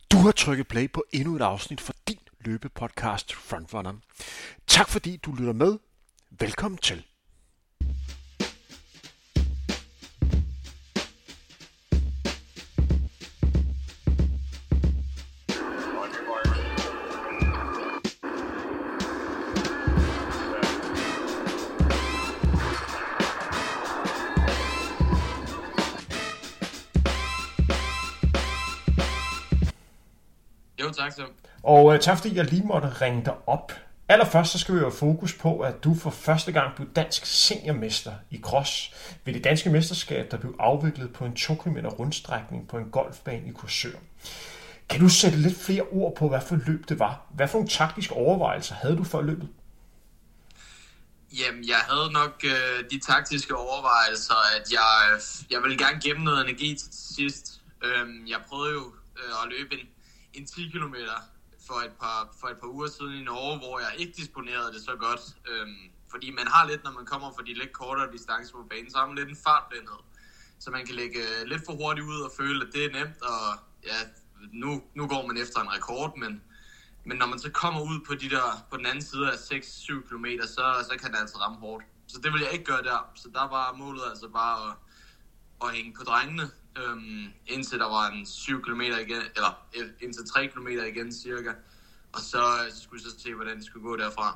Du har trykket play på endnu et afsnit for din løbepodcast Frontrunner. Tak fordi du lytter med. Velkommen til. Jo, tak så. Og tak fordi jeg lige måtte ringe dig op. Allerførst så skal vi jo have fokus på, at du for første gang blev dansk seniormester i cross ved det danske mesterskab, der blev afviklet på en 2 km rundstrækning på en golfbane i Korsør. Kan du sætte lidt flere ord på, hvad for løb det var? Hvad for nogle taktiske overvejelser havde du for løbet? Jamen, jeg havde nok de taktiske overvejelser, at jeg ville gerne gemme noget energi til sidst. Jeg prøvede jo at løbe en 10 km for et par uger siden i Norge, hvor jeg ikke disponerede det så godt. Fordi man har lidt, når man kommer fra de lidt kortere distancer på banen, så har man lidt en fartblindhed. Så man kan lægge lidt for hurtigt ud og føle, at det er nemt, og ja, nu går man efter en rekord, men når man så kommer ud på den anden side af 6-7 km, så kan det altså ramme hårdt. Så det vil jeg ikke gøre der. Så der var målet altså bare at hænge på drengene, indtil der var en 7 km igen, eller indtil 3 km igen cirka. Og så skulle jeg så se, hvordan det skulle gå derfra.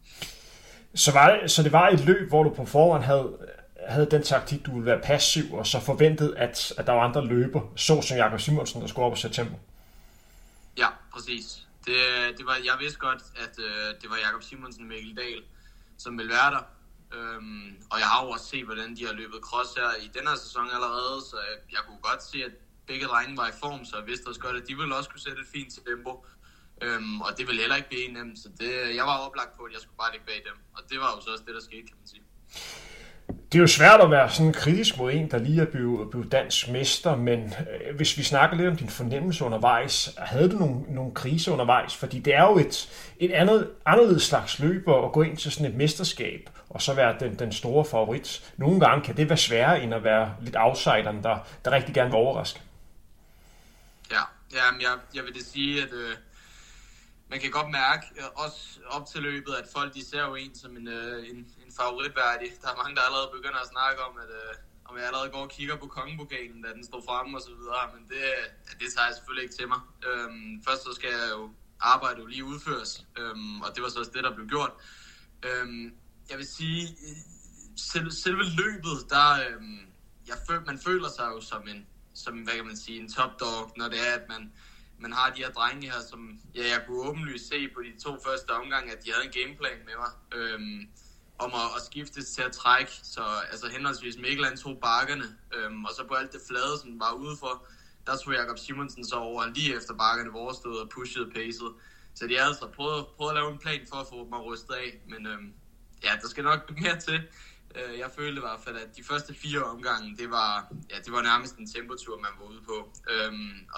Så det var et løb, hvor du på forhånd havde den taktik, du ville være passiv, og så forventede, at der var andre løber, så som Jakob Simonsen, der skulle op og sætte tempo. Ja, præcis. Jeg vidste godt, at det var Jakob Simonsen og Mikkel Dahl, som ville være der. Og jeg har jo også set, hvordan de har løbet cross her i den her sæson allerede, så jeg kunne godt se, at begge drenge var i form, så jeg vidste også godt, at de ville også kunne sætte et fint tempo. Og det ville heller ikke blive nemt, så jeg var oplagt på, at jeg skulle bare ligge bag dem. Og det var jo så også det, der skete, kan man sige. Det er jo svært at være sådan kritisk mod en, der lige er blevet dansk mester, men hvis vi snakker lidt om din fornemmelse undervejs, havde du nogle kriser undervejs? Fordi det er jo et anderledes slags løb at gå ind til sådan et mesterskab, og så være den store favorit. Nogle gange kan det være sværere, end at være lidt outsideren, der rigtig gerne vil overraske. Ja, jeg vil det sige, at man kan godt mærke, også op til løbet, at folk de ser jo en som en favoritværdig. Der er mange, der allerede begynder at snakke om, at om jeg allerede går og kigger på kongepokalen, da den står fremme og så videre. Men det tager jeg selvfølgelig ikke til mig. Først så skal jeg jo arbejde jo lige udføres, og det var så også det, der blev gjort. Jeg vil sige, selve løbet, man føler sig jo som hvad kan man sige, en top dog, når det er, at man har de her drenge her, som jeg kunne åbenlyst se på de 2 første omgange, at de havde en gameplan med mig, om at skiftes til at trække. Så altså henholdsvis Mikkel han tog bakkerne, og så på alt det flade, som var udefor, der tog Jakob Simonsen så over lige efter bakkerne, hvor stod og pushede pacet. Så de havde altså prøvet at lave en plan for at få mig rystet af, men der skal nok mere til. Jeg følte i hvert fald, at de første 4 omgange, det var nærmest en tempotur, man var ude på. Og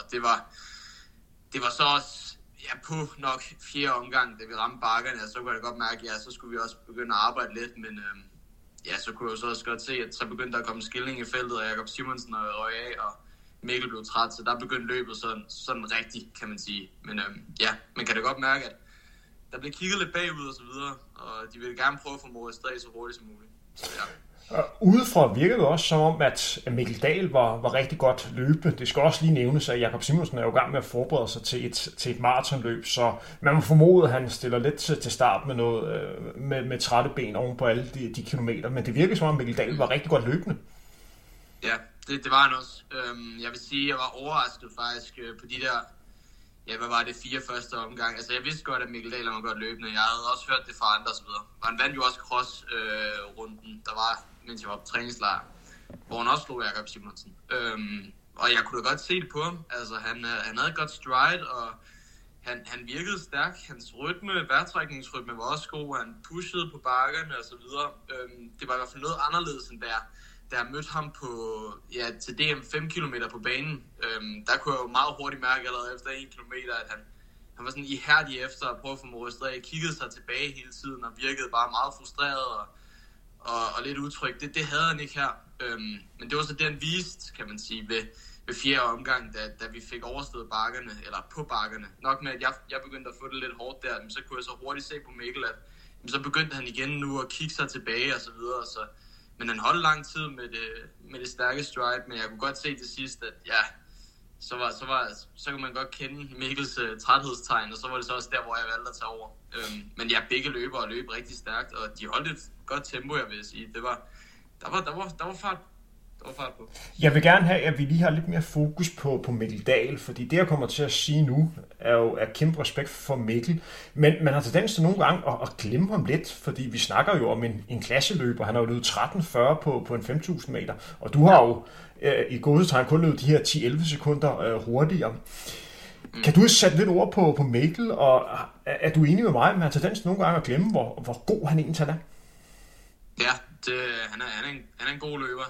det var så også på nok 4. omgang, da vi ramte bakkerne, og så kunne jeg godt mærke, så skulle vi også begynde at arbejde lidt, men så kunne jeg så også godt se, at så begyndte der at komme skilling i feltet, og Jakob Simonsen røg af, og Mikkel blev træt, så der begyndte løbet sådan rigtigt, kan man sige. Men man kan da godt mærke, at der blev kigget lidt bagud og så videre, og de ville gerne prøve at få mig rystet af så hurtigt som muligt. Så ja. Udefra virker det også som om, at Mikkel Dahl var rigtig godt løbende. Det skal også lige nævnes, at Jakob Simonsen er jo i gang med at forberede sig til et maratonløb, så man må formode, at han stiller lidt til start med noget med trætte ben oven på alle de kilometer. Men det virker som om, Mikkel Dahl var rigtig godt løbende. Ja, det var han også. Jeg vil sige, at jeg var overrasket faktisk på de der, hvad var det, 4 første omgang. Altså jeg vidste godt, at Mikkel Dahl var godt løbende. Jeg havde også hørt det fra andre og så videre. Og han vandt jo også cross-runden, der var, mens jeg var på træningslejr, hvor han også slog Jakob Simonsen. Og jeg kunne da godt se det på ham. Altså han havde et godt stride, og han virkede stærk. Hans vejrtrækningsrytme var også god. Han pushede på bakkerne og så videre. Det var i hvert fald noget anderledes end da jeg mødte ham til DM 5 km på banen. Der kunne jeg jo meget hurtigt mærke allerede efter 1 kilometer, at han var sådan ihærdig efter at prøve at få mig rystet af. Kiggede sig tilbage hele tiden og virkede bare meget frustreret og lidt utryg. Det havde han ikke her. Men det var så det, han viste, kan man sige, ved 4. omgang, da vi fik overstået bakkerne, eller på bakkerne. Nok med, at jeg begyndte at få det lidt hårdt der, men så kunne jeg så hurtigt se på Mikkel, at så begyndte han igen nu at kigge sig tilbage og så videre. Men han holdt lang tid med det stærke stride, men jeg kunne godt se til sidst, at ja, så kunne man godt kende Mikkels træthedstegn, og så var det så også der, hvor jeg valgte at tage over. Men ja, begge løbere løb rigtig stærkt, og de holdt et godt tempo, jeg vil sige. Der var fart. På. Jeg vil gerne have, at vi lige har lidt mere fokus på Mikkel Dahl, fordi det, jeg kommer til at sige nu, er jo af kæmpe respekt for Mikkel, men man har tendens til nogle gange at glemme ham lidt, fordi vi snakker jo om en klasseløber. Han har jo løbet 13.40 på en 5.000 meter, og du har jo i gåsetegn kun løbet de her 10-11 sekunder hurtigere. Kan du sætte lidt ord på Mikkel, og er du enig med mig, at man har tendens til nogle gange at glemme, hvor god han egentlig er? Ja, han er en god løber.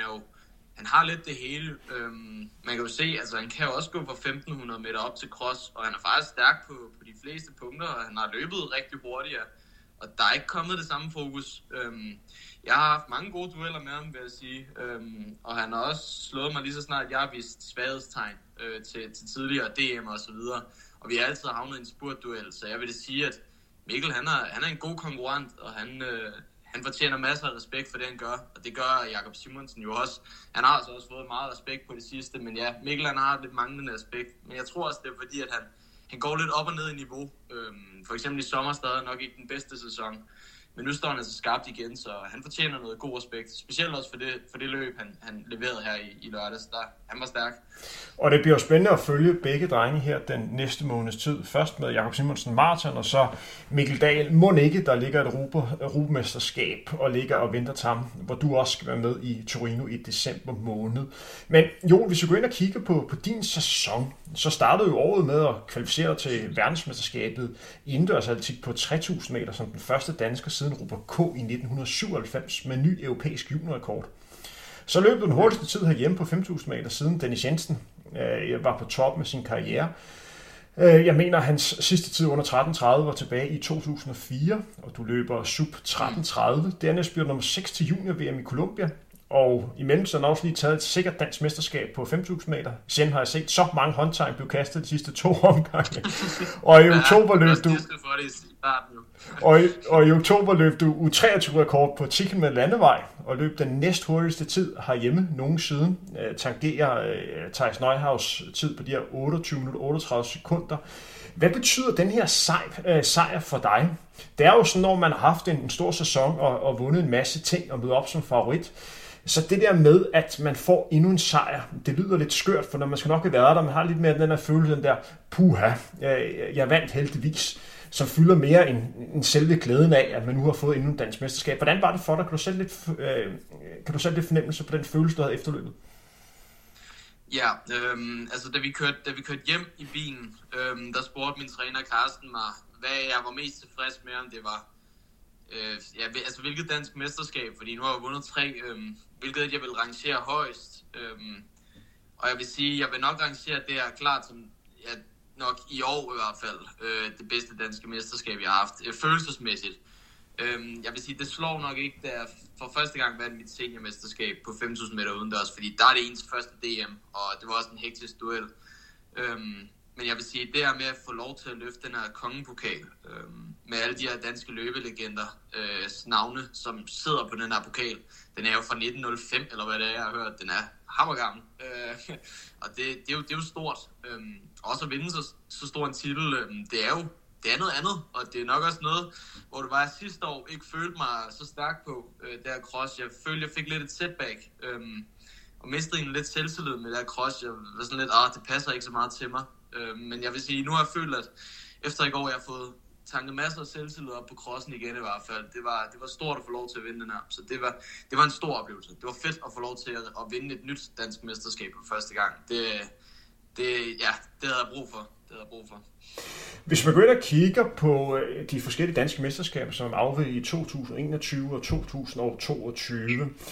Han har lidt det hele. Man kan jo se, altså han kan jo også gå fra 1.500 meter op til cross, og han er faktisk stærk på de fleste punkter, og han har løbet rigtig hurtigt, og der er ikke kommet det samme fokus. Jeg har haft mange gode dueller med ham, vil jeg sige, og han har også slået mig lige så snart, jeg har vist svaghedstegn til tidligere DM og så videre, og vi har altid havnet i en spurtduel, så jeg vil sige, at Mikkel, han er en god konkurrent, og han fortjener masser af respekt for det, han gør, og det gør Jakob Simonsen jo også. Han har altså også fået meget respekt på det sidste, men ja, Mikkel han har lidt manglende respekt, men jeg tror også, det er fordi, at han går lidt op og ned i niveau. For eksempel i sommer stadig nok ikke den bedste sæson, men nu står han altså skarpt igen, så han fortjener noget god respekt, specielt også for det løb, han leverede her i lørdags. Han var stærk. Og det bliver spændende at følge begge drenge her den næste måneds tid. Først med Jakob Simonsen maraton, og så Mikkel Dahl. Må ikke, der ligger et europamesterskab og ligger og venter til ham, hvor du også skal være med i Torino i december måned. Men jo, hvis vi går ind og kigger på din sæson, så startede jo året med at kvalificere dig til verdensmesterskabet i indendørsatletik på 3.000 meter som den første dansker siden Robert K. i 1997 med ny europæisk juniorrekord. Så løb du den hurtigste tid herhjemme på 5.000 meter siden Dennis Jensen var på top med sin karriere. Jeg mener, hans sidste tid under 13.30 var tilbage i 2004, og du løber sub 13.30. Dernæst bliver du nummer 6 til junior-VM i Colombia, og i mellemtiden har også lige taget et sikkert dansk mesterskab på 5.000 meter. Sjældent har jeg set så mange håndtegn blive kastet de sidste 2 omgange. Og i oktober løb du... Og i oktober løb du U23-rekord på 10 km landevej, og løb den næst hurtigste tid herhjemme nogensinde. Tangerer Thijs Neuhaus tid på de her 28 minutter 38 sekunder. Hvad betyder den her sejr for dig? Det er jo sådan, når man har haft en stor sæson og vundet en masse ting og mødt op som favorit. Så det der med, at man får endnu en sejr, det lyder lidt skørt, for når man skal nok have været der, man har lidt mere den der følelse, den der puha, jeg vandt heldigvis, som fylder mere end selve glæden af, at man nu har fået endnu en dansk mesterskab. Hvordan var det for dig? Kan du sætte lidt fornemmelse på den følelse, du havde efterløbet? Ja, altså da vi kørte hjem i bilen, der spurgte min træner Carsten mig, hvad jeg var mest tilfreds med, om det var altså hvilket dansk mesterskab, fordi nu har jeg vundet 3, hvilket jeg vil rangere højst. Og jeg vil sige, jeg vil nok rangere det her klart som, nok i år i hvert fald, det bedste danske mesterskab, jeg har haft, følelsesmæssigt. Jeg vil sige, det slår nok ikke, da jeg for første gang vandt mit seniormesterskab på 5.000 meter udendørs, fordi der er det ens første DM, og det var også en hektisk duel. Men jeg vil sige, det her med at få lov til at løfte den her kongepokal, med alle de her danske løbelegender, navne, som sidder på den her pokal, den er jo fra 1905, eller hvad det er, jeg har hørt, den er hammergammel. Og det er jo stort. Også at vinde så stor en titel, det er noget andet, og det er nok også noget, hvor det var sidste år, ikke følte mig så stærk på det her cross. Jeg følte, jeg fik lidt et setback, og mistede egentlig lidt selvtillid med det her cross. Jeg var sådan lidt, det passer ikke så meget til mig. Men jeg vil sige, nu har jeg følt, at efter i går, jeg har fået tanket masser af selvtillid op på crossen igen i hvert fald. Det var stort at få lov til at vinde den her, så det var en stor oplevelse. Det var fedt at få lov til at vinde et nyt dansk mesterskab for første gang. Det havde jeg brug for. Hvis man går ind og kigger på de forskellige danske mesterskaber, som er afviklet i 2021 og 2022,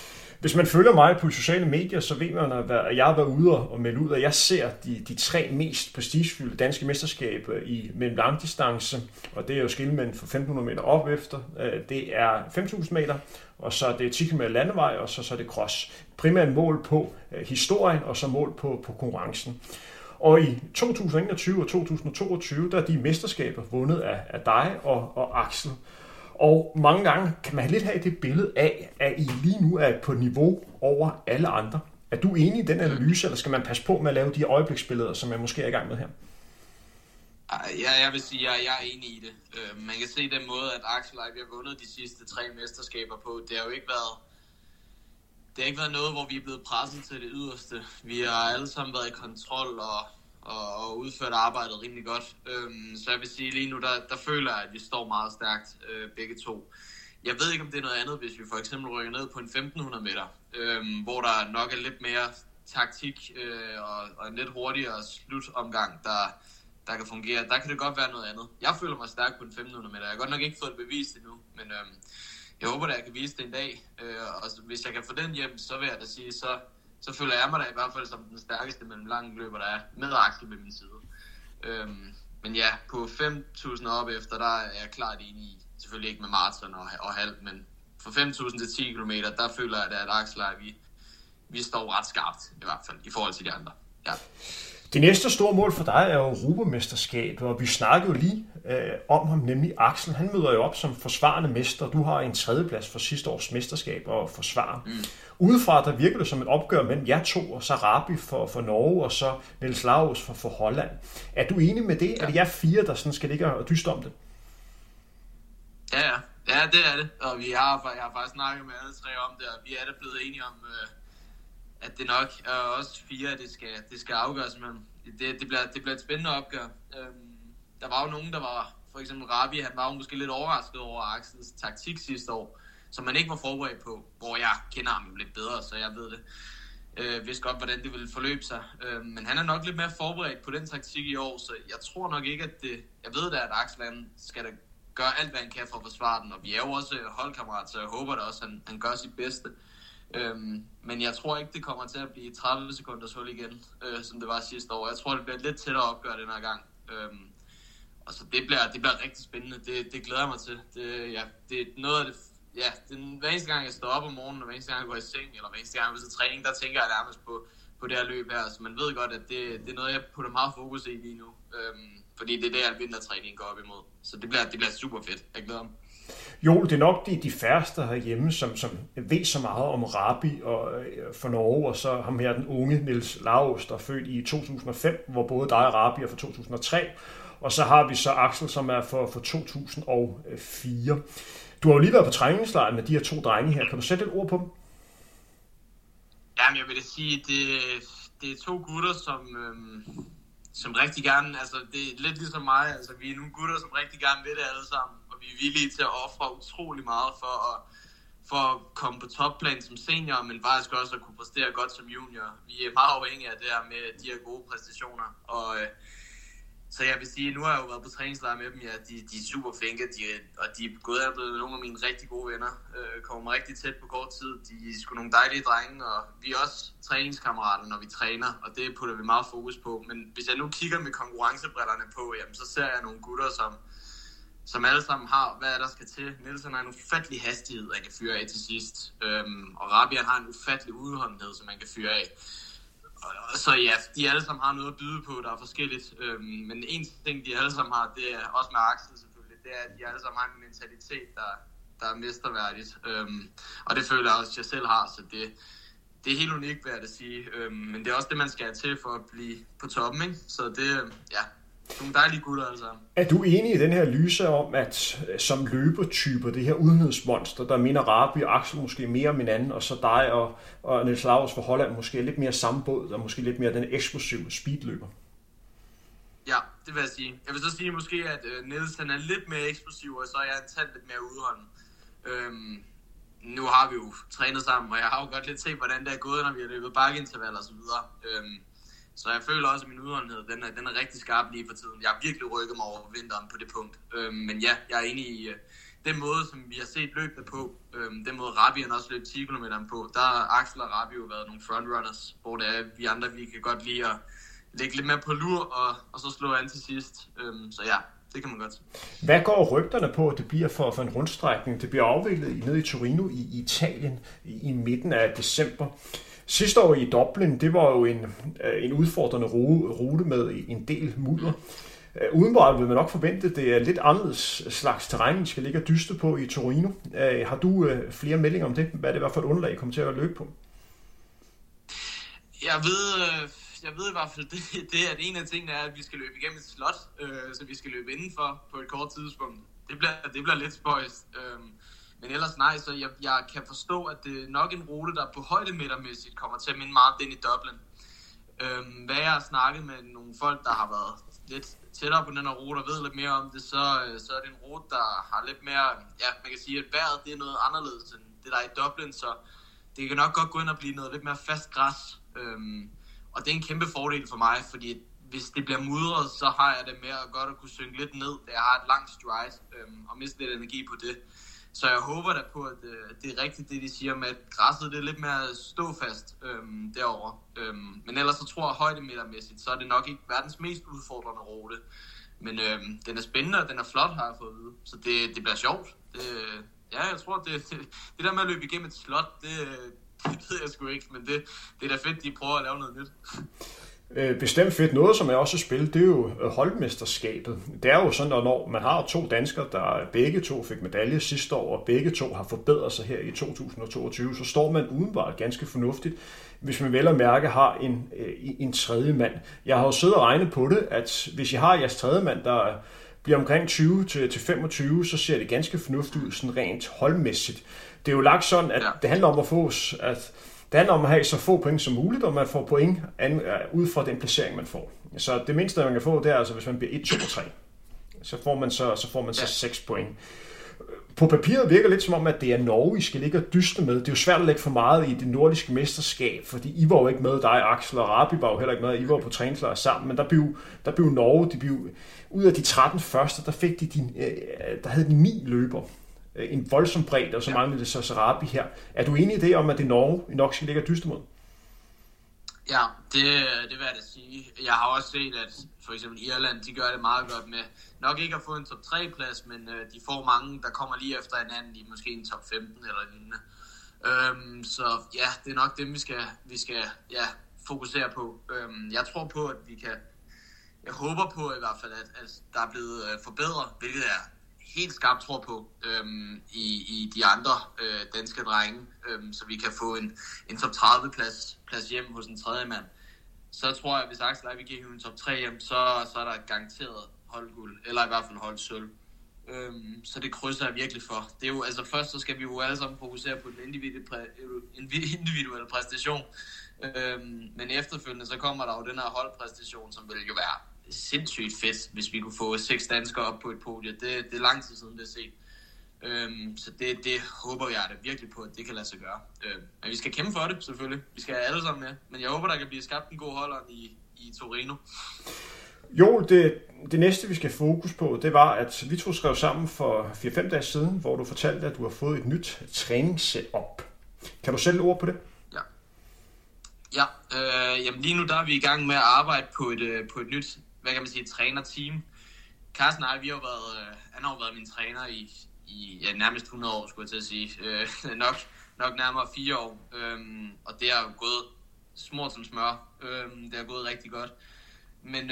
Hvis man følger mig på sociale medier, så ved man, at jeg har været ude og melde ud, at jeg ser de 3 mest prestigefyldte danske mesterskaber i mellem langdistance, og det er jo skilmænd for 1500 meter op efter. Det er 5.000 meter, og så er det 10 km landevej, og så er det cross. Primært mål på historien, og så mål på konkurrencen. Og i 2021 og 2022, der er de mesterskaber vundet af dig og Axel. Og mange gange kan man lidt have det billede af, at I lige nu er på niveau over alle andre. Er du enig i den analyse, eller skal man passe på med at lave de øjebliksbilleder, som jeg måske er i gang med her? Ja, jeg vil sige, at jeg er enig i det. Man kan se den måde, at Axel og vi har vundet de sidste 3 mesterskaber på. Det har ikke været noget, hvor vi er blevet presset til det yderste. Vi har alle sammen været i kontrol og udført arbejdet rimelig godt. Så jeg vil sige, lige nu, der føler jeg, at vi står meget stærkt begge to. Jeg ved ikke, om det er noget andet, hvis vi for eksempel rykker ned på en 1500 meter, hvor der nok er lidt mere taktik og en lidt hurtigere slutomgang, der kan fungere. Der kan det godt være noget andet. Jeg føler mig stærk på en 1500 meter. Jeg har godt nok ikke fået det bevist endnu, men jeg håber, at jeg kan vise det en dag. Og hvis jeg kan få den hjem, så vil jeg da sige, så føler jeg mig da i hvert fald som den stærkeste mellem lange løber, der er med Axel ved min side. Men ja, på 5.000 op efter, der er jeg klart enig i. Selvfølgelig ikke med maraton og halv, men fra 5.000 til 10 km, der føler jeg, at Axel og vi står ret skarpt, i hvert fald, i forhold til de andre. Ja. Det næste store mål for dig er jo Europamesterskabet, og vi snakkede jo lige om ham, nemlig Axel. Han møder jo op som forsvarende mester, og du har en 3. plads for sidste års mesterskab og forsvare. Udefra der virker det som et opgør mellem jer to, og så Rabi for Norge, og så Niels Laurus for Holland. Er du enig med det? Ja. Er det jer 4, der sådan skal ligge og dyste om det? Ja, det er det. Og jeg har faktisk snakket med alle 3 om det, og vi er da blevet enige om, at det nok er også 4, det skal afgøres mellem. Det bliver et spændende opgør. Der var jo nogen, der var, for eksempel Rabi, han var jo måske lidt overrasket over Axels taktik sidste år, som man ikke var forberedt på, hvor jeg kender ham lidt bedre, så jeg ved det. Vidste godt, hvordan det ville forløbe sig. Men han er nok lidt mere forberedt på den taktik i år, så jeg tror nok ikke, at det... Jeg ved da, at Axel skal da gøre alt, hvad han kan for at forsvare den, og vi er jo også holdkammerater, så jeg håber da også, at han gør sit bedste. Men jeg tror ikke, det kommer til at blive 30 sekunders hul igen, som det var sidste år. Jeg tror, det bliver et lidt tættere opgør den her gang. Og så det bliver rigtig spændende. Det glæder jeg mig til. Det er noget af det... Ja, hver eneste gang jeg står op om morgenen, og hver eneste gang jeg går i seng, eller hver eneste gang jeg er til træning, der tænker jeg nærmest på det her løb her. Så man ved godt, at det er noget, jeg putter meget fokus i lige nu. Fordi det er det, jeg vintertræning går op imod. Så det bliver super fedt. Jeg glæder mig. Jo, det er nok de færreste herhjemme, som ved så meget om Rabi og for Norge, og så ham her, den unge Niels Laurus, der er født i 2005, hvor både dig og Rabi er fra 2003, og så har vi så Axel, som er for 2004. Du har jo lige været på træningslejr med de her 2 drenge her. Kan du sætte et ord på dem? Jamen, jeg vil da sige, det er 2 gutter, som rigtig gerne, altså det er lidt ligesom mig, altså vi er nogle gutter, som rigtig gerne vil det alle sammen, og vi er villige til at ofre utrolig meget for at komme på topplan som senior, men faktisk også at kunne præstere godt som junior. Vi er meget afhængige af det her med de her gode præstationer, og så jeg vil sige, nu har jeg jo været på træningslejr med dem, ja, de er super flinke, og de er gået og blevet nogle af mine rigtig gode venner, kommer rigtig tæt på kort tid, de er sgu nogle dejlige drenge, og vi er også træningskammerater, når vi træner, og det putter vi meget fokus på, men hvis jeg nu kigger med konkurrencebrillerne på, jamen, så ser jeg nogle gutter, som alle sammen har, hvad der skal til. Nielsen har en ufattelig hastighed, han kan fyre af til sidst, og Rabi har en ufattelig udholdenhed, som man kan fyre af. Så ja, de alle sammen har noget at byde på, der er forskelligt. Men en ting, de alle sammen har, det er også med Axel selvfølgelig, det er, at de alle sammen har en mentalitet, der er mesterværdigt. Og det føler jeg også, at jeg selv har, så det er helt unikt, hvad jeg vil sige. Men det er også det, man skal have til for at blive på toppen, ikke? Så det, ja, nogle dejlige gutter alle sammen. Er du enig i den her lyse om, at som løbertyper, det her udenhedsmonster, der minder Rabi og Axel måske mere om hinanden, og så dig og Niels Laurus for Holland måske lidt mere samme båd, og måske lidt mere den eksplosive speedløber? Ja, det vil jeg sige. Jeg vil så sige måske, at Niels han er lidt mere eksplosiv, og så er jeg en tand lidt mere udholden. Nu har vi jo trænet sammen, og jeg har jo godt lidt set, hvordan det er gået, når vi har løbet bakkeintervaller og så videre. Så jeg føler også, at min udholdenhed, den er rigtig skarp lige for tiden. Jeg har virkelig rykket mig over vinteren på det punkt. Men ja, jeg er enig i den måde, som vi har set løbet på, den måde Rabi han også løb 10 km på, der har Axel og Rabi jo været nogle frontrunners, hvor det er, vi andre, vi kan godt lide at lægge lidt mere på lur, og så slå an til sidst. Så ja, det kan man godt. Hvad går rygterne på, at det bliver for en rundstrækning? Det bliver afviklet nede i Torino i Italien i midten af december. Sidste år i Dublin, det var jo en udfordrende rute med en del mudder. Udenbart vil man nok forvente, at det er lidt anderledes slags terræn, vi skal ligge og dyste på i Torino. Har du flere meldinger om det? Hvad er det i hvert fald underlag, I kommer til at løbe på? Jeg ved i hvert fald, det at en af tingene er, at vi skal løbe igennem et slot, så vi skal løbe indenfor på et kort tidspunkt. Det bliver lidt spøjst. Men ellers nej, så jeg kan forstå, at det er nok en rute, der på højdemetermæssigt kommer til at minde meget om den i Dublin. Hvad jeg har snakket med nogle folk, der har været lidt tættere på den her rute og ved lidt mere om det, så er det en rute, der har lidt mere, ja, man kan sige, at vejret det er noget anderledes end det der er i Dublin, så det kan nok godt gå ind og blive noget lidt mere fast græs. Og det er en kæmpe fordel for mig, fordi hvis det bliver mudret, så har jeg det med at godt at kunne synke lidt ned, da jeg har et langt stride og miste lidt energi på det. Så jeg håber da på, at det er rigtigt det, de siger med, at græsset det er lidt mere ståfast derovre. Men ellers så tror jeg højdemetermæssigt, så er det nok ikke verdens mest udfordrende rute. Men den er spændende, og den er flot, har jeg fået at vide. Så det bliver sjovt. Jeg tror, det der med at løbe igennem et slot, det ved jeg sgu ikke, men det er da fedt, de prøver at lave noget nyt. Bestemt fedt. Noget, som er også spil, det er jo holdmesterskabet. Det er jo sådan, at når man har 2 danskere, der begge to fik medalje sidste år, og begge to har forbedret sig her i 2022, så står man udenbart ganske fornuftigt, hvis man vel at mærke har en tredje mand. Jeg har jo siddet og regnet på det, at hvis I har jeres tredje mand, der bliver omkring 20-25, så ser det ganske fornuftigt ud, sådan rent holdmæssigt. Det er jo lagt sådan, at det handler om det handler om at have så få point som muligt, og man får point ud fra den placering, man får. Så det mindste, man kan få, det er altså, hvis man bliver 1, 2 og 3. Så får man så 6 point. På papiret virker lidt som om, at det er Norge, I skal ligge og dyste med. Det er jo svært at lægge for meget i det nordiske mesterskab, fordi I var jo ikke med, dig, Axel, og Rabi var jo heller ikke med. I var på træningslejr sammen, men der blev Norge, ud af de 13 første, der havde de 9 løber. En voldsom bredde, og så manglede det så Rabi her. Er du enig i det om, at det er Norge, I nok skal ligge og dyste mod? Ja, det vil jeg da sige. Jeg har også set, at for eksempel Irland, de gør det meget godt med nok ikke at få en top 3-plads, men de får mange, der kommer lige efter hinanden i måske en top 15 eller lignende. Så ja, det er nok dem, vi skal fokusere på. Jeg tror på, at jeg håber på i hvert fald, at der er blevet forbedret, hvilket er helt skarpt tror på i de andre danske drenge, så vi kan få en top 30 plads hjem hos en tredje mand. Så tror jeg, at hvis Axel og vi giver en top 3 hjem, så er der garanteret holdguld, eller i hvert fald holdsølv. Så det krydser jeg virkelig for. Det er jo, altså først så skal vi jo alle sammen fokusere på den individuelle præstation, men efterfølgende så kommer der jo den her holdpræstation, som vil jo være sindssygt fedt, hvis vi kunne få 6 danskere op på et podie. Det er lang tid siden, det er set. Så det håber jeg da virkelig på, at det kan lade sig gøre. Men vi skal kæmpe for det, selvfølgelig. Vi skal have alle sammen med. Men jeg håber, der kan blive skabt en god holder i Torino. Jo, det næste, vi skal fokus på, det var, at vi to skrev sammen for 4-5 dage siden, hvor du fortalte, at du har fået et nyt træningssetup. Kan du sætte ord på det? Ja. Jamen lige nu der er vi i gang med at arbejde på et nyt, hvad kan man sige, trænerteam. Carsten og jeg, han har været min træner i nærmest 100 år, skulle jeg til at sige. Nok nærmere 4 år. Og det er jo gået smurt som smør. Det er gået rigtig godt. Men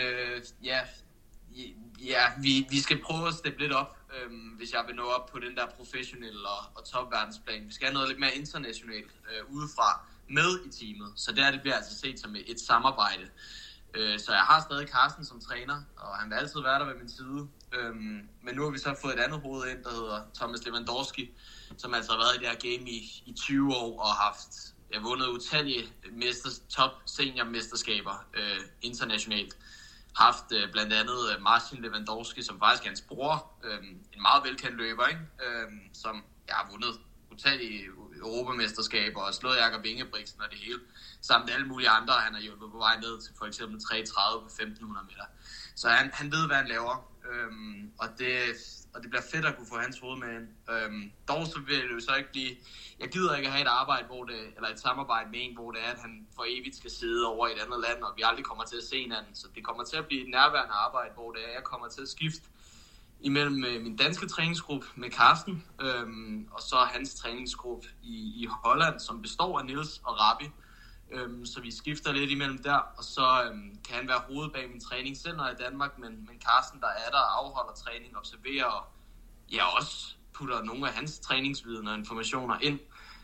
vi skal prøve at steppe lidt op, hvis jeg vil nå op på den der professionelle og topverdensplan. Vi skal have noget lidt mere internationalt udefra med i teamet. Så der det bliver altså set som et samarbejde. Så jeg har stadig Carsten som træner, og han vil altid være der ved min side. Men nu har vi så fået et andet hoved ind, der hedder Thomas Lewandowski, som altså har været i det her game i 20 år og har vundet utallige top seniormesterskaber internationalt. Haft blandt andet Marcin Lewandowski, som faktisk er hans bror, en meget velkendt løber, ikke? Som har vundet utallige europamesterskaber og slået Jakob Ingebrigtsen og det hele, samt alle mulige andre, han har hjulpet på vej ned til for eksempel 3:30 på 1500 meter. Så han ved, hvad han laver. Og det bliver fedt at kunne få hans hoved med ind. Dog så vil det jo så ikke blive... Jeg gider ikke at have et arbejde, eller et samarbejde med en, hvor det er, at han for evigt skal sidde over i et andet land, og vi aldrig kommer til at se hinanden. Så det kommer til at blive et nærværende arbejde, hvor det er, at jeg kommer til at skifte imellem min danske træningsgruppe med Carsten, og så hans træningsgruppe i Holland, som består af Niels og Rabbi. Så vi skifter lidt imellem der, og så kan han være hovedet bag min træningscenter i Danmark, men Carsten, der er der, afholder træning, observerer og også putter nogle af hans træningsviden og informationer ind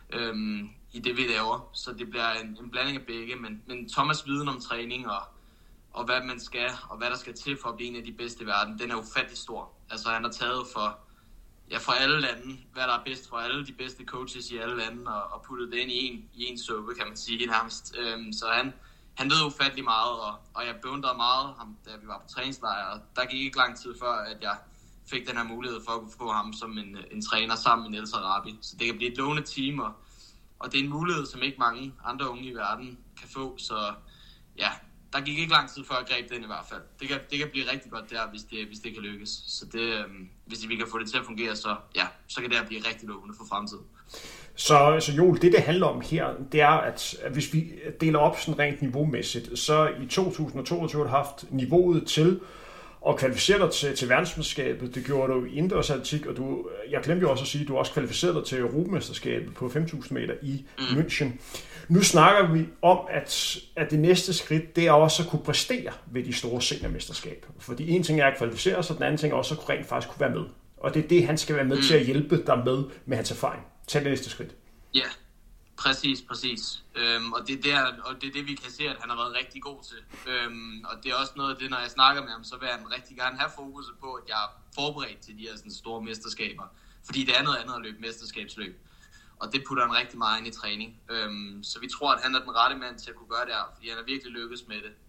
i det, vi laver. Så det bliver en blanding af begge, men Thomas' viden om træning og hvad man skal, og hvad der skal til for at blive en af de bedste i verden, den er ufattelig stor. Altså han har taget for alle lande, hvad der er bedst for alle de bedste coaches i alle lande, og puttet det ind i en suppe, kan man sige nærmest. Så han ved ufattelig meget, og jeg beundrede meget ham, da vi var på træningslejr, og der gik ikke lang tid før, at jeg fik den her mulighed for at kunne få ham som en træner sammen med Niels og Rabbi. Så det kan blive et lovende team, og det er en mulighed, som ikke mange andre unge i verden kan få, så ja, der gik ikke lang tid før jeg greb den i hvert fald. Det kan blive rigtig godt der, hvis det kan lykkes. Så hvis vi kan få det til at fungere, så kan det her blive rigtig lovende for fremtiden. Så Joel, det handler om her, det er, at hvis vi deler op sådan rent niveaumæssigt, så i 2022 har du haft niveauet til at kvalificere dig til verdensmesterskabet. Det gjorde du i indendørs atletik, og jeg glemte jo også at sige, at du også kvalificerede dig til Europamesterskabet på 5.000 meter i München. Nu snakker vi om, at det næste skridt, det er også at kunne præstere ved de store seniormesterskaber. Fordi en ting er at kvalificere sig, den anden ting er også at rent faktisk kunne være med. Og det er det, han skal være med til at hjælpe dig med hans erfaring. Tag det næste skridt. Ja, præcis. Og det er det, vi kan se, at han har været rigtig god til. Og det er også noget af det, når jeg snakker med ham, så vil han rigtig gerne have fokuset på, at jeg er forberedt til de her sådan, store mesterskaber. Fordi det er noget andet at løbe mesterskabsløb. Og det putter han rigtig meget ind i træning. Så vi tror, at han er den rette mand til at kunne gøre det her, fordi han har virkelig lykkes med det.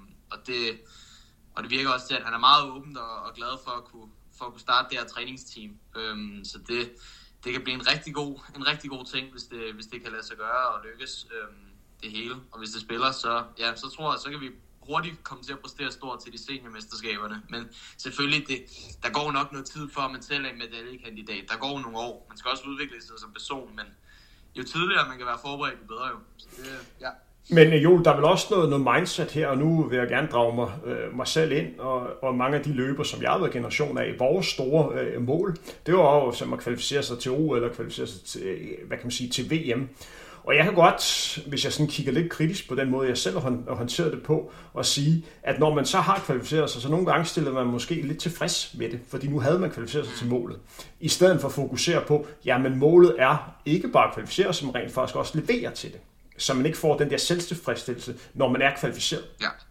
Og det virker også til, at han er meget åben og glad for at kunne starte det her træningsteam. Så det kan blive en rigtig god ting, hvis det kan lade sig gøre og lykkes det hele. Og hvis det spiller, så tror jeg, så kan vi hurtigt komme til at præstere stort til de seniormesterskaberne. Men selvfølgelig, der går nok noget tid før man selv er en medaljekandidat. Der går nogle år. Man skal også udvikle sig som person, men jo tidligere man kan være forberedt, jo bedre jo. Så Men Joel, der er vel også noget mindset her, og nu vil jeg gerne drage mig selv ind, og mange af de løber, som jeg har været generation af, vores store mål, det var jo som at kvalificere sig til OL, eller kvalificere sig til, til VM. Og jeg kan godt, hvis jeg sådan kigger lidt kritisk på den måde, jeg selv har håndteret det på, og sige, at når man så har kvalificeret sig, så nogle gange stiller man måske lidt tilfreds med det, fordi nu havde man kvalificeret sig til målet. I stedet for at fokusere på, men målet er ikke bare at kvalificere sig, men rent faktisk også levere til det. Så man ikke får den der selvtilfredsstillelse, når man er kvalificeret.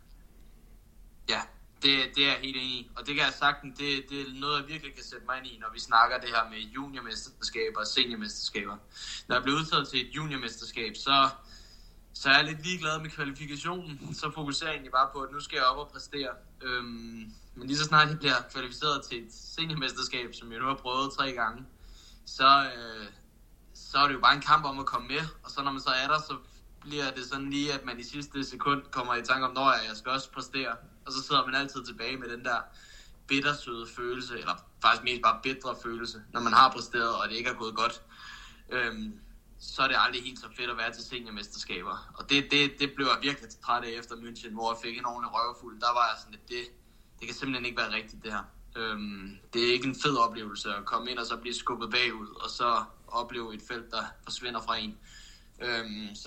Ja, det er jeg helt enig i. Og det kan jeg sagtens, det er noget, jeg virkelig kan sætte mig ind i, når vi snakker det her med juniormesterskaber og seniormesterskaber. Når jeg bliver udtaget til et juniormesterskab, så er jeg lidt ligeglad med kvalifikationen. Så fokuserer jeg egentlig bare på, at nu skal jeg op og præstere. Men lige så snart jeg bliver kvalificeret til et seniormesterskab, som jeg nu har prøvet 3 gange, så er det jo bare en kamp om at komme med. Og så når man så er der, så bliver det sådan lige, at man i sidste sekund kommer i tanke om, når jeg skal også præstere. Og så sidder man altid tilbage med den der bittersøde følelse, eller faktisk mest bare bitre følelse, når man har præsteret, og det ikke er gået godt. Så er det aldrig helt så fedt at være til seniormesterskaber. Og det blev jeg virkelig træt af efter München, hvor jeg fik en ordentlig røvfuld. Der var jeg sådan lidt, det kan simpelthen ikke være rigtigt det her. Det er ikke en fed oplevelse at komme ind og så blive skubbet bagud, og så opleve et felt, der forsvinder fra en. Så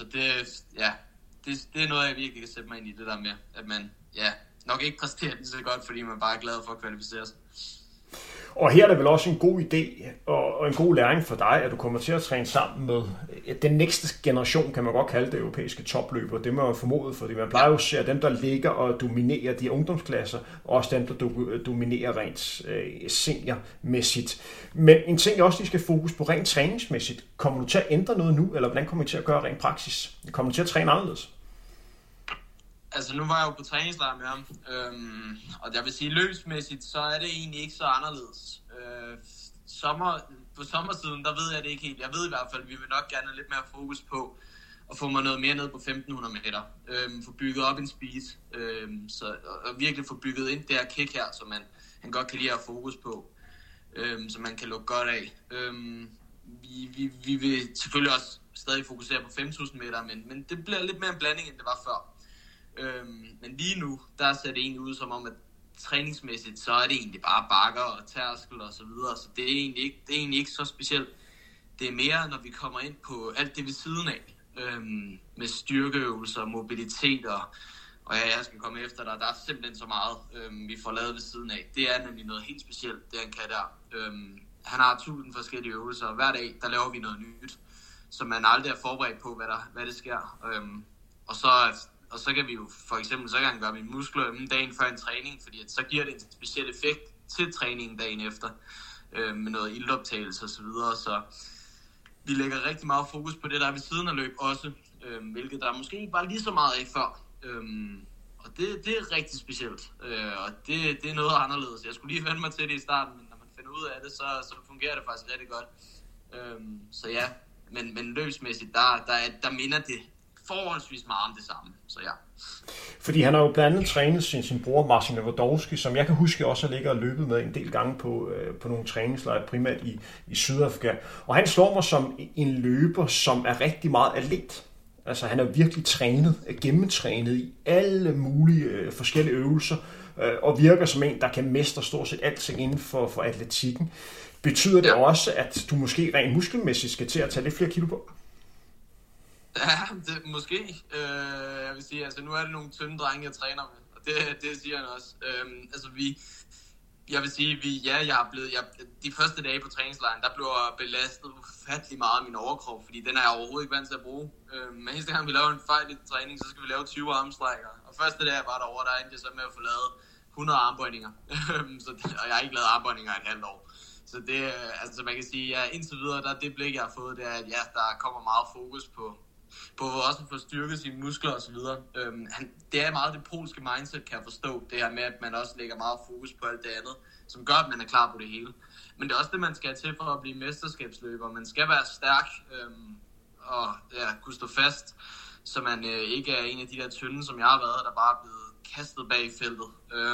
det er noget, jeg virkelig kan sætte mig ind i, det der med, at man nok ikke præsterer det så godt, fordi man bare er glad for at kvalificere sig. Og her er det vel også en god idé og en god læring for dig, at du kommer til at træne sammen med den næste generation, kan man godt kalde det, europæiske topløber. Det må man formode, fordi man plejer jo at se, at dem, der ligger og dominerer de ungdomsklasser, og også dem, der dominerer rent seniormæssigt. Men en ting, jeg også lige skal fokus på rent træningsmæssigt. Kommer du til at ændre noget nu, eller hvordan kommer du til at gøre rent praksis? Kommer du til at træne anderledes? Altså nu var jeg jo på træningslejr med ham, og jeg vil sige løbsmæssigt, så er det egentlig ikke så anderledes. På sommersiden, der ved jeg det ikke helt. Jeg ved i hvert fald, at vi vil nok gerne have lidt mere fokus på at få mig noget mere ned på 1.500 meter. Få bygget op en speed, og virkelig få bygget ind det her kick her, så han godt kan lide at have fokus på, som man kan lukke godt af. Vi vil selvfølgelig også stadig fokusere på 5.000 meter, men det bliver lidt mere en blanding, end det var før. Men lige nu, der ser det egentlig ud som om, at træningsmæssigt, så er det egentlig bare bakker og tærskel og så videre, så det er egentlig ikke så specielt. Det er mere, når vi kommer ind på alt det ved siden af, med styrkeøvelser, mobilitet og ja, jeg skal komme efter dig. Der er simpelthen så meget, vi får lavet ved siden af. Det er nemlig noget helt specielt, det han kan der. Han har 1000 forskellige øvelser, og hver dag, der laver vi noget nyt, så man aldrig er forberedt på, hvad det sker. Og så kan vi jo, for eksempel, så kan han gøre mine muskler dagen før en træning, fordi så giver det en speciel effekt til træningen dagen efter, med noget iltoptagelse og så videre. Så vi lægger rigtig meget fokus på det, der er ved siden af løb også, hvilket der måske ikke var lige så meget af før. Og det er rigtig specielt, og det er noget anderledes. Jeg skulle lige vende mig til det i starten, men når man finder ud af det, så fungerer det faktisk rigtig godt. Så ja, men løbsmæssigt, der minder det forholdsvis meget om det samme, så ja. Fordi han har jo blandt andet trænet sin bror Marcin Lewandowski, som jeg kan huske også ligger og løbet med en del gange på nogle træningslejre, primært i Sydafrika. Og han slår mig som en løber, som er rigtig meget atlet. Altså han er virkelig gennemtrænet i alle mulige forskellige øvelser, og virker som en, der kan mestre stort set alting inden for atletikken. Betyder det også, at du måske rent muskelmæssigt skal til at tage lidt flere kilo på? Ja, måske. Jeg vil sige, altså nu er det nogle tynde drenge, jeg træner med, og det siger han også. Jeg vil sige, de første dage på træningslejren, der blev jeg belastet ufattelig meget af min overkrop, fordi den er jeg overhovedet ikke vant til at bruge. Men eneste gang vi laver en fejl i træning, så skal vi lave 20 armstrækker. Og første dag jeg var derovre, der endte jeg så med at få lavet 100 armbøjninger. Og jeg har ikke lavet armbøjninger i et halvt år. Så det, altså man kan sige, ja, indtil videre, der det blik, jeg har fået, det er, at ja, der kommer meget fokus på også at få styrket sine muskler og så videre. Det er meget det polske mindset, kan jeg forstå. Det her med, at man også lægger meget fokus på alt det andet, som gør, at man er klar på det hele. Men det er også det, man skal til for at blive mesterskabsløber. Man skal være stærk og kunne stå fast, så man ikke er en af de der tynde, som jeg har været, der bare er blevet kastet bag feltet.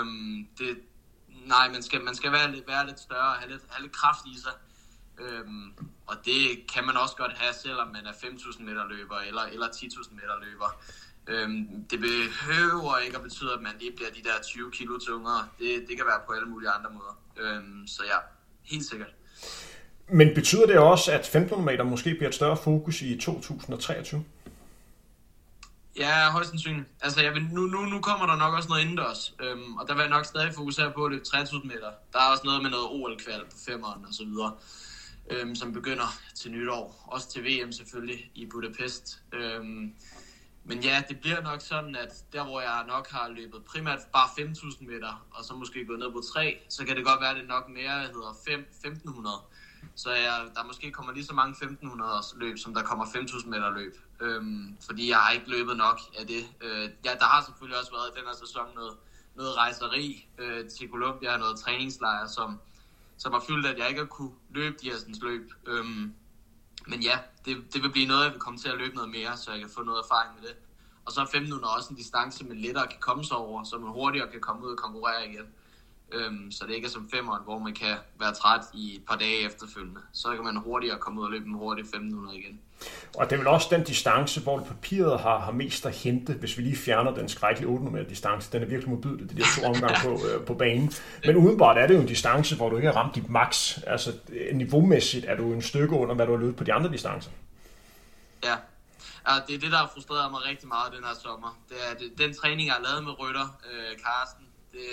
Man skal være lidt større og have lidt kraft i sig. Og det kan man også godt have, selvom man er 5.000 meter løber eller 10.000 meter løber. Det behøver ikke at betyde, at man lige bliver de der 20 kilo tungere. Det kan være på alle mulige andre måder. Så ja, helt sikkert. Men betyder det også, at 1.500 meter måske bliver et større fokus i 2023? Ja, højst sandsynligt. Altså, nu kommer der nok også noget indendørs, og der vil jeg nok stadig fokusere på at løbe 3.000 meter. Der er også noget med noget OL-kval på 5'eren og så videre, som begynder til nytår. Også til VM selvfølgelig i Budapest. Men ja, det bliver nok sådan, at der hvor jeg nok har løbet primært bare 5.000 meter, og så måske gået ned på 3, så kan det godt være, at det nok mere hedder 1.500. Så der måske kommer lige så mange 1.500 løb, som der kommer 5.000 meter løb. Fordi jeg har ikke løbet nok af det. Der har selvfølgelig også været i den her sæson noget rejseri til Colombia, noget træningslejre, som har fyldt, at jeg ikke har kunne løbe de her løb. Men ja, det vil blive noget, jeg vil komme til at løbe noget mere, så jeg kan få noget erfaring med det. Og så er 1.500 også en distance, man lettere kan komme sig over, så man hurtigere kan komme ud og konkurrere igen. Så det ikke er som 5'eren, hvor man kan være træt i et par dage efterfølgende. Så kan man hurtigere komme ud og løbe en hurtig 1.500 igen. Og det er vel også den distance, hvor papiret har mest at hente, hvis vi lige fjerner den skrækkelige 800 meter distance. Den er virkelig modbydelig, de der 2 omgange på banen. Men udenbart er det jo en distance, hvor du ikke har ramt dit max. Altså niveaumæssigt er du en stykke under, hvad du har løbet på de andre distancer. Ja, det er det, der har frustreret mig rigtig meget den her sommer. Det er den træning, jeg har lavet med Rytter, Carsten.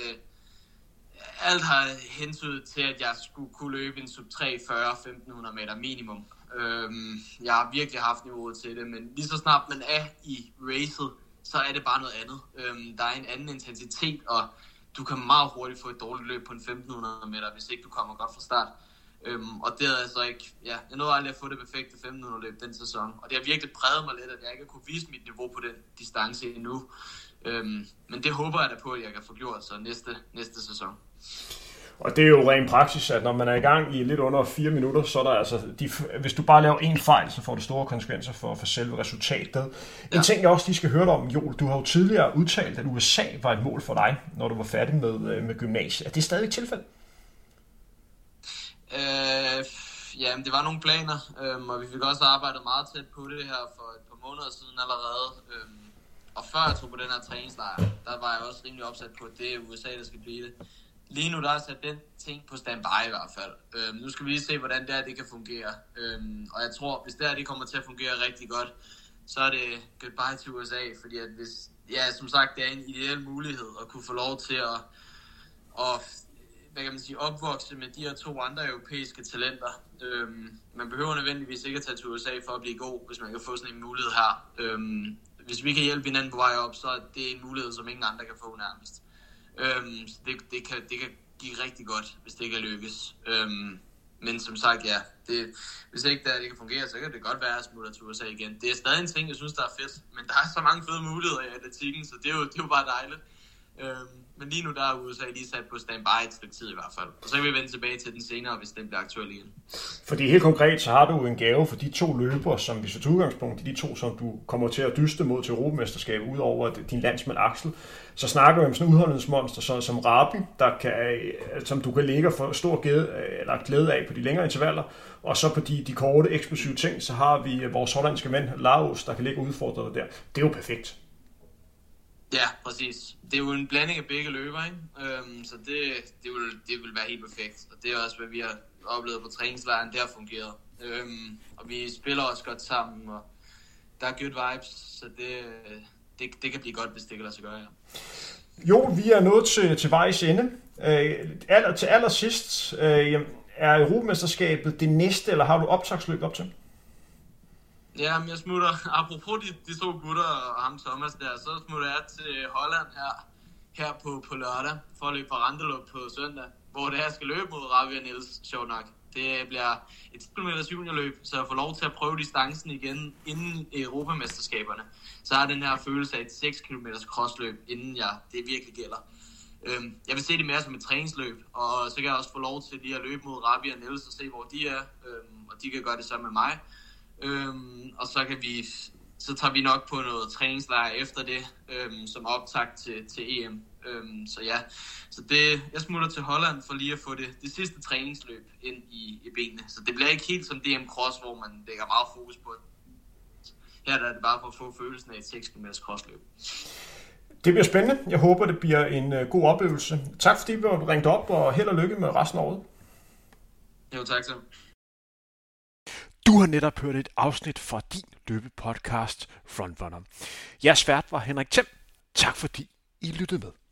Alt har hentydet til, at jeg skulle kunne løbe en sub 3:40-1.500 meter minimum. Jeg har virkelig haft niveauet til det, men lige så snart man er i racet, så er det bare noget andet. Der er en anden intensitet, og du kan meget hurtigt få et dårligt løb på en 1.500 meter, hvis ikke du kommer godt fra start. Og det er altså ikke, jeg nåede aldrig at få det perfekte 1.500 løb den sæson, og det har virkelig præget mig lidt, at jeg ikke har kunne vise mit niveau på den distance endnu. Men det håber jeg da på, at jeg kan få gjort så næste sæson. Og det er jo ren praksis, at når man er i gang i lidt under 4 minutter, så er der altså, hvis du bare laver en fejl, så får det store konsekvenser for selve resultatet. En ting, jeg også lige skal høre dig om, Joel, du har jo tidligere udtalt, at USA var et mål for dig, når du var færdig med gymnasiet. Er det stadig et tilfælde? Ja, det var nogle planer, og vi fik også arbejdet meget tæt på det her for et par måneder siden allerede. Og før jeg tog på den her træningslejr, der var jeg også rimelig opsat på, at det er USA, der skal blive det. Lige nu der er sat den ting på standby i hvert fald. Nu skal vi lige se, hvordan det kan fungere. Og jeg tror, hvis det kommer til at fungere rigtig godt, så er det goodbye til USA. Fordi at hvis, som sagt, det er en ideel mulighed at kunne få lov til at hvad kan man sige, opvokse med de her 2 andre europæiske talenter. Man behøver nødvendigvis ikke at tage til USA for at blive god, hvis man kan få sådan en mulighed her. Hvis vi kan hjælpe hinanden på vej op, så er det en mulighed, som ingen andre kan få nærmest. Så det kan give rigtig godt, hvis det kan lykkes. Men som sagt, hvis ikke det kan fungere, så kan det godt være, at jeg smutter til USA igen. Det er stadig en ting, jeg synes, der er fedt, men der er så mange fede muligheder i atletikken, så det er jo bare dejligt. Men lige nu der er USA lige sat på standby et stykke tid i hvert fald. Og så kan vi vende tilbage til den senere, hvis den bliver aktuel igen. Fordi helt konkret, så har du en gave for de 2 løbere, som vi så til udgangspunkt, de 2, som du kommer til at dyste mod til Europamesterskabet, ud over din landsmand Axel. Så snakker vi om sådan en udholdenhedsmonster som Rabi, som du kan lægge for stor glæde af på de længere intervaller. Og så på de korte, eksplosive ting, så har vi vores hollandske ven Laos, der kan ligge udfordret der. Det er jo perfekt. Ja, præcis. Det er jo en blanding af begge løber, ikke? Så det vil være helt perfekt. Og det er også, hvad vi har oplevet på træningslejren, det har fungeret. Og vi spiller også godt sammen, og der er good vibes, så det kan blive godt, hvis det kan lade sig gøre, ja. Jo, vi er nået til vejs ende. Til allersidst, er Europamesterskabet det næste, eller har du optagsløb op til? Ja, men jeg smutter, apropos de 2 gutter og ham Thomas der, så smutter jeg til Holland her på lørdag, for at løbe fra Randelup på søndag, hvor det her skal løbe mod Ravi og Niels, sjovt nok. Det bliver et 10 km juniorløb, så jeg får lov til at prøve distancen igen inden Europamesterskaberne. Så har den her følelse af et 6 km crossløb, inden det virkelig gælder. Jeg vil se det mere som et træningsløb, og så kan jeg også få lov til lige at løbe mod Ravi og Niels og se, hvor de er, og de kan gøre det sammen med mig. Og så tager vi nok på noget træningslejr efter det, som optakt til EM. Så jeg smutter til Holland for lige at få det sidste træningsløb ind i benene. Så det bliver ikke helt som DM Cross, hvor man lægger meget fokus på det. Her der er det bare for at få følelsen af et 6 km crossløb. Det bliver spændende. Jeg håber, det bliver en god oplevelse. Tak fordi du ringte op, og held og lykke med resten af året. Jo, tak så. Du har netop hørt et afsnit fra din løbepodcast Frontrunner. Jeres vært var Henrik Thiem. Tak fordi I lyttede med.